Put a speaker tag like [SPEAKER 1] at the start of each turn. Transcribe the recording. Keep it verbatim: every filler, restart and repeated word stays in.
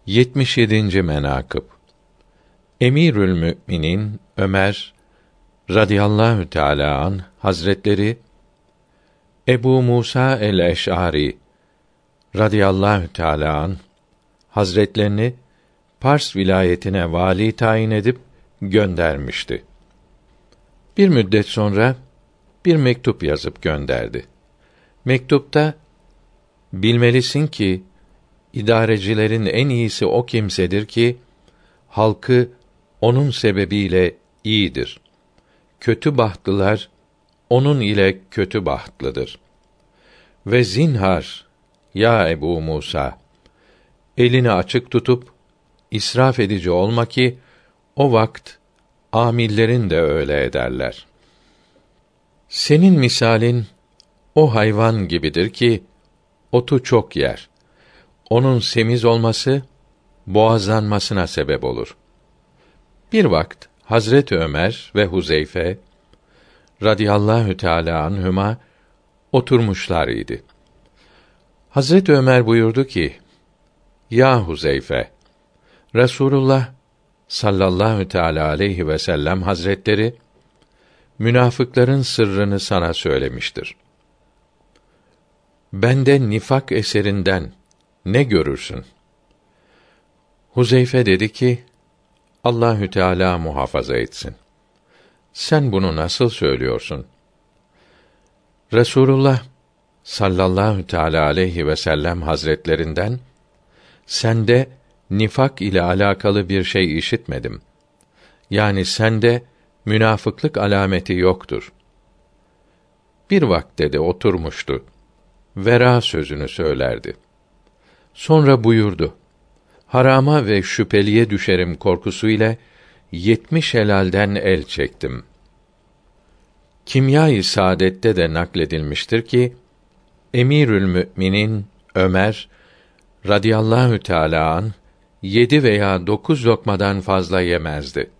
[SPEAKER 1] yetmiş yedinci menakıb Emirül Müminin Ömer radıyallahu teâlâ anh Hazretleri Ebu Musa el-Eş'ari radıyallahu teâlâ anh Hazretlerini Pars vilayetine vali tayin edip göndermişti. Bir müddet sonra bir mektup yazıp gönderdi. Mektupta bilmelisin ki idarecilerin en iyisi o kimsedir ki halkı onun sebebiyle iyidir. Kötü bahtlılar onun ile kötü bahtlıdır. Ve zinhar ya Ebu Musa, elini açık tutup israf edici olma ki o vakt amillerin de öyle ederler. Senin misalin o hayvan gibidir ki otu çok yer. Onun semiz olması boğazlanmasına sebep olur. Bir vakt Hazret Ömer ve Huzeyfe radıyallahu teâlâ anhuma oturmuşlar idi. Hazret Ömer buyurdu ki: Ya Huzeyfe, Resulullah sallallahu teâlâ aleyhi ve sellem Hazretleri münafıkların sırrını sana söylemiştir. Bende nifak eserinden ne görürsün? Huzeyfe dedi ki: Allahü Teala muhafaza etsin. Sen bunu nasıl söylüyorsun? Resulullah sallallahu teâlâ aleyhi ve sellem Hazretlerinden sende nifak ile alakalı bir şey işitmedim. Yani sende münafıklık alameti yoktur. Bir vakit dedi oturmuştu. Vera sözünü söylerdi. Sonra buyurdu: Harama ve şüpheliye düşerim korkusu ile yetmiş helalden el çektim. Kimya-i Saadet'te de nakledilmiştir ki Emirül Müminin Ömer radıyallahu teâlâ anh yedi veya dokuz lokmadan fazla yemezdi.